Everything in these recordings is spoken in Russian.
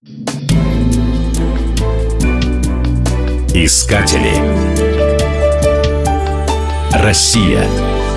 Искатели. Россия.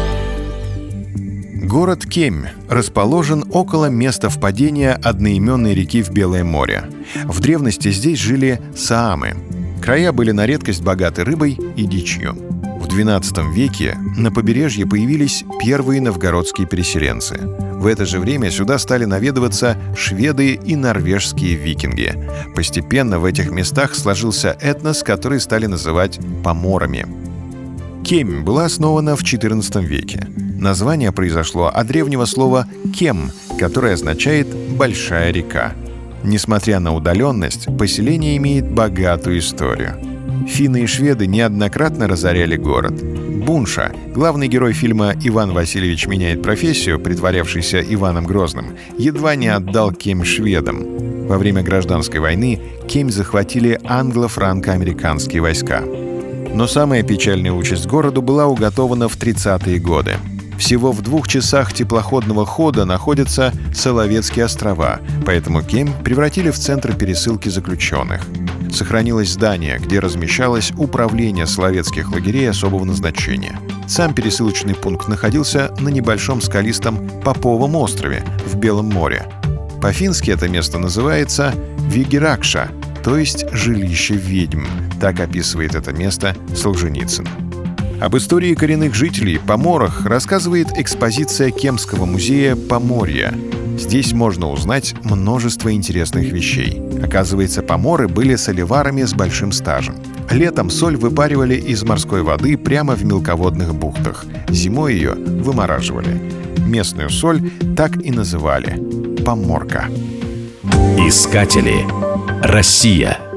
Город Кемь расположен около места впадения одноименной реки в Белое море. В древности здесь жили саамы. Края были на редкость богаты рыбой и дичью. В XII веке на побережье появились первые новгородские переселенцы. В это же время сюда стали наведываться шведы и норвежские викинги. Постепенно в этих местах сложился этнос, который стали называть поморами. Кемь была основана в XIV веке. Название произошло от древнего слова «кем», которое означает «большая река». Несмотря на удаленность, поселение имеет богатую историю. Финны и шведы неоднократно разоряли город. Бунша, главный герой фильма «Иван Васильевич меняет профессию», притворявшийся Иваном Грозным, едва не отдал Кемь шведам. Во время гражданской войны Кемь захватили англо-франко-американские войска. Но самая печальная участь городу была уготована в 30-е годы. Всего в 2 часах теплоходного хода находятся Соловецкие острова, поэтому Кемь превратили в центр пересылки заключенных. Сохранилось здание, где размещалось управление соловецких лагерей особого назначения. Сам пересылочный пункт находился на небольшом скалистом Поповом острове в Белом море. По-фински это место называется Вигеракша, то есть «жилище ведьм». Так описывает это место Солженицын. Об истории коренных жителей поморах рассказывает экспозиция Кемского музея «Поморье». Здесь можно узнать множество интересных вещей. Оказывается, поморы были солеварами с большим стажем. Летом соль выпаривали из морской воды прямо в мелководных бухтах. Зимой ее вымораживали. Местную соль так и называли — поморка. Искатели. Россия.